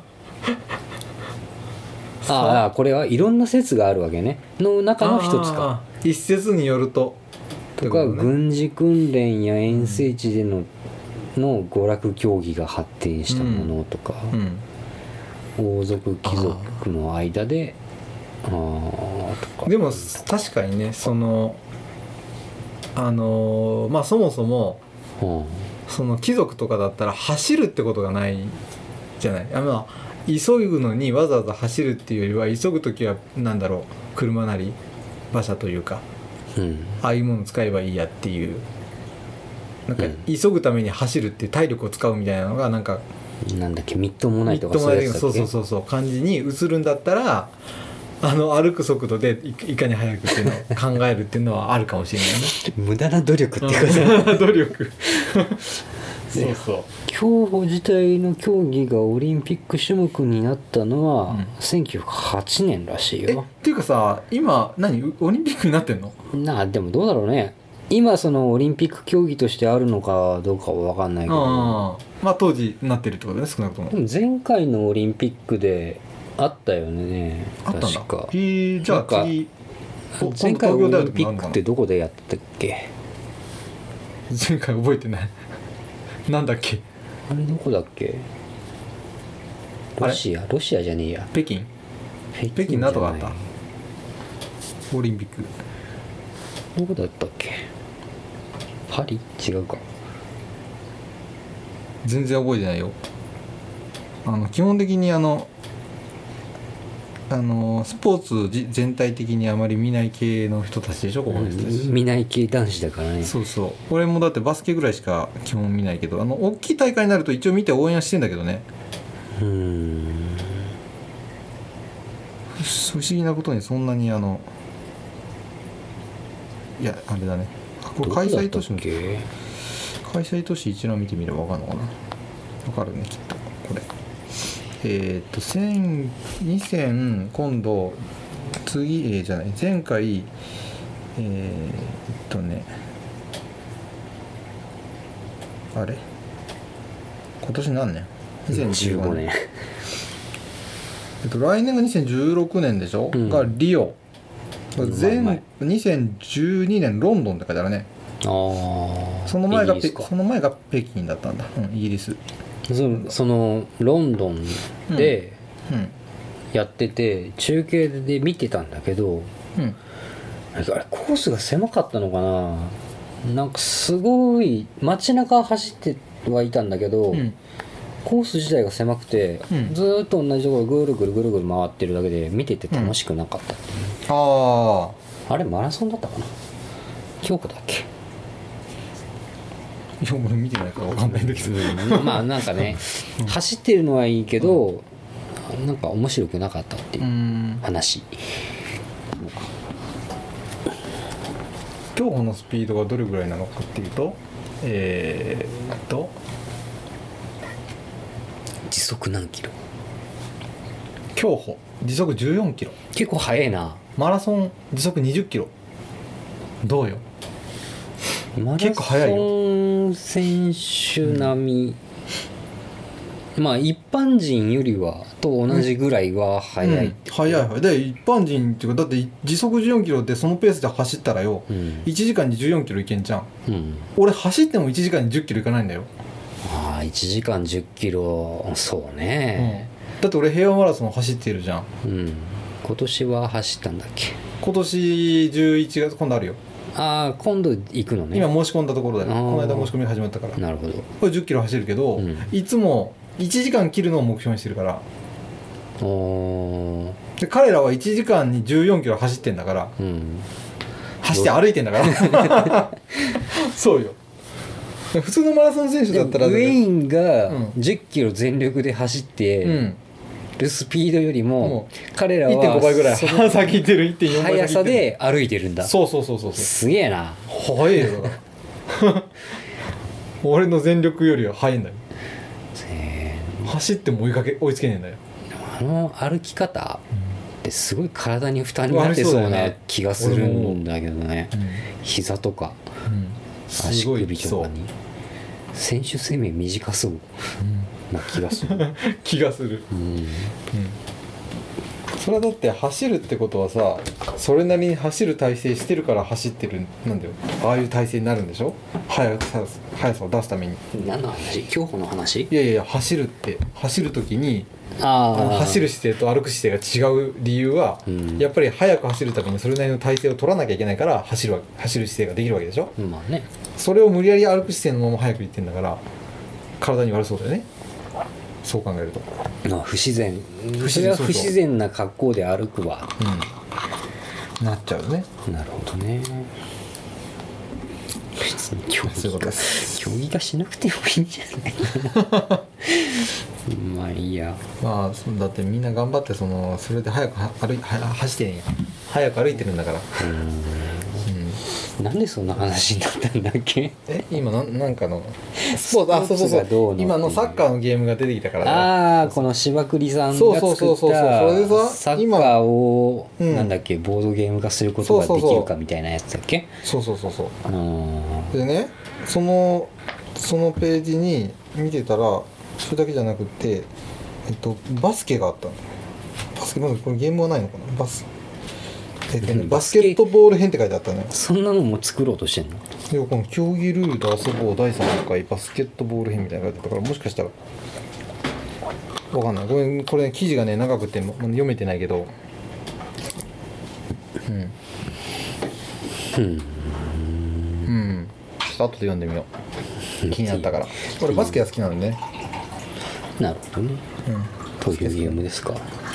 あああ、これはいろんな説があるわけねの中の一つか。 あー一説によるととか、 ね、 軍事訓練や遠征地での、の娯楽競技が発展したものとか、 うん、 王族貴族の間であーとか。 でも確かにねそのあのーまあそもそもはその貴族とかだったら走るってことがないじゃない。あまあ急ぐのにわざわざ走るっていうよりは急ぐ時はなんだろう車なり馬車というかあ、うん、 ああいうもの使えばいいやっていうなんかうん急ぐために走るっていう体力を使うみたいなのがなんかなんだっけみっともないとかみっともないやつだっけ。 そうそうそうそう感じに移るんだったらあの歩く速度でいいかに速くっていうのを考えるっていうのはあるかもしれないね無駄な努力っていうか、 努力そうそう競歩自体の競技がオリンピック種目になったのはうんせんきゅうひゃくはちねんらしいえっよ。 ていうかさ今何オリンピックになってんの？ なあでもどうだろうね。今そのオリンピック競技としてあるのかどうかは分かんないけど、 ああまあ当時なってるってことね少なくともでも前回のオリンピックであったよねあったんだ確か。 へえじゃなんかあ次お前回オリ今度東京大ンピックってどこでやってたっけ。 前回覚えてないなんだっけあれどこだっけ。 あれロシアロシアじゃねえや。 北京北北京の後があっじゃないたオリンピックどこだったっけ。パリ違うか。 全然覚えてないよあの基本的にあのあのスポーツじ全体的にあまり見ない系の人たちでしょここの人たち、 見ない系男子だからね。 そうそう俺もだってバスケぐらいしか基本見ないけどあの大きい大会になると一応見て応援はしてんだけどねうーん不思議なことにそんなにあのいやあれだねあこれ開催都市のどこだったっけ。 開催都市一覧見てみれば分かるのかな分かるねきっとこれえーっとにせん今度次、えー、じゃない前回えー、っとねあれ今年何年にせんじゅうごねん、えっと、来年がにせんじゅうろくねんでしょ、 うん、 がリオ前前にせんじゅうにねんロンドンって書いてあるね。 ああその前がイギリスかその前が北京だったんだ、うん、イギリスそそのロンドンでうんやってて中継で見てたんだけど、 うんなんかあれコースが狭かったのかな。なんかすごい街中走ってはいたんだけど、 うんコース自体が狭くて、 うんずーっと同じところぐるぐるぐるぐる回ってるだけで見てて楽しくなかったっていう、 あああれマラソンだったかな。京子だっけ。 いや俺見てないから分かんないんだけど、 うんまあなんかね、走ってるのはいいけど、なんか面白くなかったっていううん話。 競歩のスピードがどれぐらいなのかっていうとえー、っと時速何キロ。 競歩時速じゅうよんキロ、 結構速いな。 マラソン時速にじゅっキロ、どうよ。 マラ結構速いソン選手並み、うん、まあ一般人よりはと同じぐらいは速い、 うん、速い速いで一般人っていうかだって時速じゅうよんキロでそのペースで走ったらよ、 うん、 いちじかんにじゅうよんキロいけんじゃん、 うん、 俺走ってもいちじかんにじゅっキロいかないんだよ。 ああいちじかんじゅっキロそうね、 うん、だって俺平和マラソン走ってるじゃん。 うん今年は走ったんだっけ。 今年じゅういちがつ今度あるよ。 ああ今度行くのね。 今申し込んだところだよ。 あーこの間申し込み始まったから。 なるほど。 これじゅっキロ走るけど、 うん、 いつもいちじかん切るのを目標にしてるから。 おで彼らはいちじかんにじゅうよんキロ走ってんだから、 うん、 走って歩いてんだからそうよ。普通のマラソン選手だったらウェインがうんじゅっキロ全力で走って、 うんるスピードよりもも彼らはいってんごばいぐらいその先行ってるいってんよんばい速さ先行ってるで歩いてるんだ。 そうそうそうそうそうすげえな。 速いよだから俺の全力よりは速いんだよ。 え走っても追いかけ追いつけねえんだよ。 ーあの歩き方ってってすごい体に負担になってそうな気がするんだけどね、 うん、 膝とか、 うん、 足首とかに選手生命短そうな気がする、うん、 気がする、うんうん、それはだって走るってことはさ、それなりに走る体勢してるから走ってるなんだよ、ああいう体勢になるんでしょ、速さ、速さを出すために。 何の話？競歩の話？ いやいやいや、走るって走る時にああの走る姿勢と歩く姿勢が違う理由は、うん、やっぱり速く走るためにそれなりの体勢を取らなきゃいけないから走る走る姿勢ができるわけでしょ、 まあね、 それを無理やり歩く姿勢のまま速くいってんだから体に悪そうだよね、そう考えると。 あ、不自然、それは不自然な格好で歩くわ、 うん、なっちゃうね。 なるほどね。別に競技が競技がしなくてもいいんじゃないかなまあいいや。 まあだってみんな頑張ってそのそれで早く歩い走ってんや、早く歩いてるんだから。うーん、 うん、なんでそんな話になったんだっけ？え今ななんかのスポーツ、あ、そうそうそう、今のサッカーのゲームが出てきたからね。 ああ、この柴栗さんが作ったサッカーを、うん、なんだっけ、ボードゲーム化することができるかみたいなやつだっけ？そうそうそうそう。でね、そのそのページに見てたらそれだけじゃなくて、えっと、バスケがあったの。バスケ、まだこれゲームはないのかな、バス、えっとね、バスケットボール編って書いてあったね。 そんなのも作ろうとしてんの？ いや、この競技ルールと遊ぼうだいさんかいバスケットボール編みたいなの書いてあったから、もしかしたらわかんない。これ、これ、ね、記事がね長くて読めてないけど、うんうん、うん、ちょっと後で読んでみよう。気になったから。俺バスケが好きなのね。 なるほどね、うん、というゲームですか。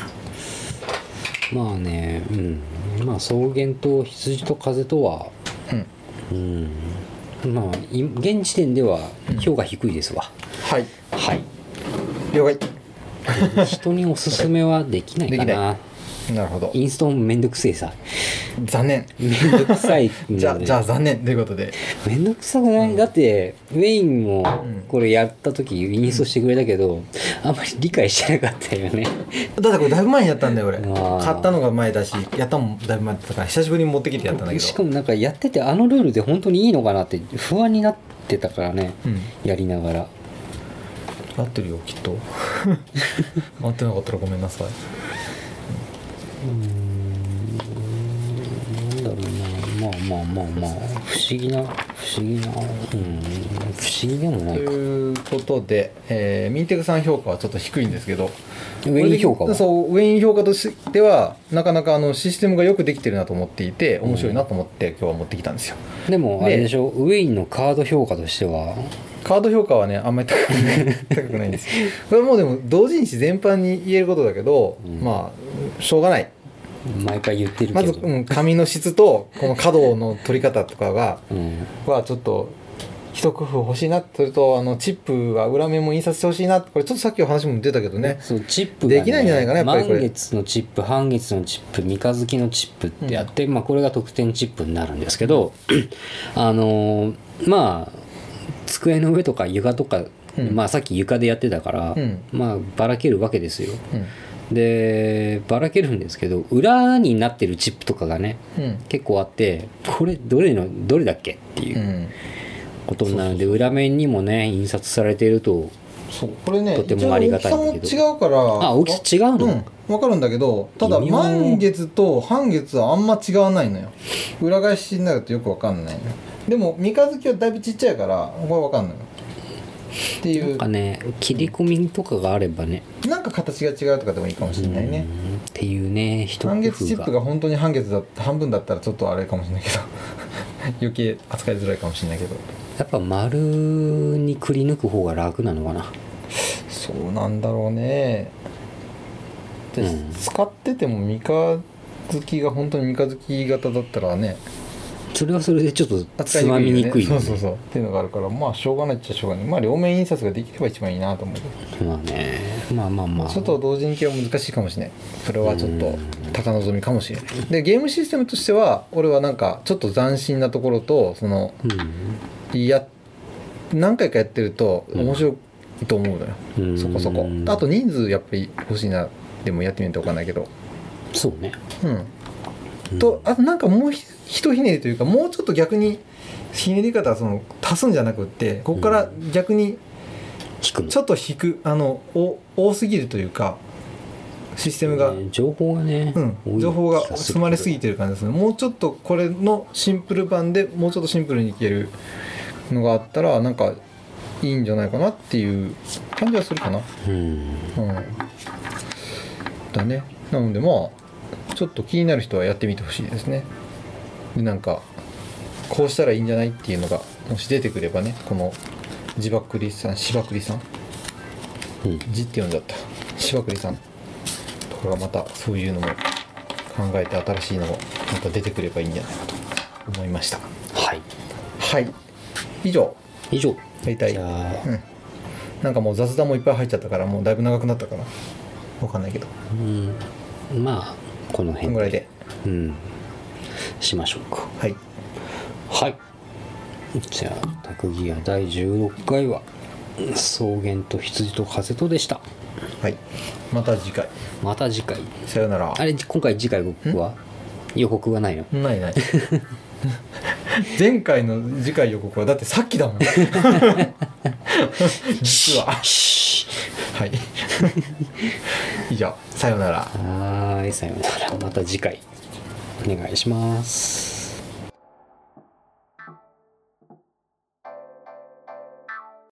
まあね、うん、まあ草原と羊と風とは、うん、うん、まあ現時点では評価低いですわ、うん、はいはい了解人におすすめはできないかな。できない。 なるほど。 インストめんどくせえさ。 残念。 めんどくさいじゃあじゃあ残念ということで。 めんどくさくない、うん、だってウェインもこれやった時インストしてくれたけど、うん、あんまり理解してなかったよね。 だってこれだいぶ前にやったんだよ俺。買ったのが前だし、やったのもだいぶ前だったから久しぶりに持ってきてやったんだけど。 しかもなんかやっててあのルールで本当にいいのかなって不安になってたからね、うん、やりながら。 合ってるよきっと合ってなかったらごめんなさい。 うーん、なんだろうな、まあまあまあまあ不思議な不思議な、うん、不思議でもないかということで、えー、ミンテクさん評価はちょっと低いんですけど、 ウェイン評価はそうウェイン評価としてはなかなかあのシステムがよくできてるなと思っていて面白いなと思って今日は持ってきたんですよ。 でもあれでしょ、ウェインのカード評価としてはカード評価はねあんまり高くない高くないんですよ。これはもうでも同人誌全般に言えることだけど、うん、まあしょうがない。 毎回言ってるけどまず、うん、紙の質とこの角の取り方とかが、うん、はちょっと一工夫欲しいな。それとあのチップは裏面も印刷してほしいな。これちょっとさっきの話も出たけどね、 そうチップが、ね、 できないんじゃないかなやっぱりこれ。 満月のチップ、半月のチップ、三日月のチップってあって、うん、まあこれが得点チップになるんですけどあのまあ机の上とか床とか、うん、まあさっき床でやってたから、うん、まあばらけるわけですよ、うん、でばらけるんですけど裏になってるチップとかがね、うん、結構あってこれどれのどれだっけっていうことになるので、うん、裏面にもね印刷されているとそうこれねとてもありがたいんだけど、 大きさも違うから、 あ大きさ違うの、うん分かるんだけど、ただ満月と半月はあんま違わないのよ。裏返しになるとよく分かんないのよ。でも三日月はだいぶちっちゃいからこれ分かんないっていう。 なんかね切り込みとかがあればね、 なんか形が違うとかでもいいかもしれないね。 っていうね一工夫が。 半月チップが本当に半月だ半分だったらちょっとあれかもしれないけど余計扱いづらいかもしれないけど、 やっぱ丸にくり抜く方が楽なのかな。 そうなんだろうね。うん、使ってても三日月が本当に三日月型だったらね、 それはそれでちょっとつまみにくいよね。 そうそうそうっていうのがあるから、まあしょうがないっちゃしょうがない。まあ両面印刷ができれば一番いいなと思う。 まあね、まあまあまあちょっと同人系は難しいかもしれない。それはちょっと高望みかもしれない。でゲームシステムとしては俺はなんかちょっと斬新なところとその、うん、いや何回かやってると面白いと思うのよ、うん、そこそこ。あと人数やっぱり欲しいな。でもやってみると分かんないけど、 そうね。 うん、とあとなんかもうひひひねりというか、もうちょっと逆にひねり方はその足すんじゃなくって、ここから逆にちょっと引く、あのお多すぎるというか、システムが、 ね、情報がね、 うん、情報が積まれすぎてる感じですね。もうちょっとこれのシンプル版でもうちょっとシンプルにいけるのがあったらなんかいいんじゃないかなっていう感じはするかな。 うん、うん、 だね。なのでまあちょっと気になる人はやってみてほしいですね。でなんかこうしたらいいんじゃないっていうのがもし出てくればね、このジバクリさん、シバクリさん、うん、ジって呼んじゃったシバクリさんとかがまたそういうのも考えて新しいのもまた出てくればいいんじゃないかと思いました。 はいはい以上以上大体、うん、なんかもう雑談もいっぱい入っちゃったからもうだいぶ長くなったかな、分かんないけど、 うん、まあこの辺ぐらいで、 うん、しましょうか。 はいはい。じゃあタクギアだいじゅうろっかいは草原と羊と風とでした。 はい、また次回。 また次回。 さよなら。 あれ今回次回予告は予告はないの？ ないない。前回の次回予告はだってさっきだもん。実は。はい。以上さよなら。 はい、さよなら。また次回お願いします。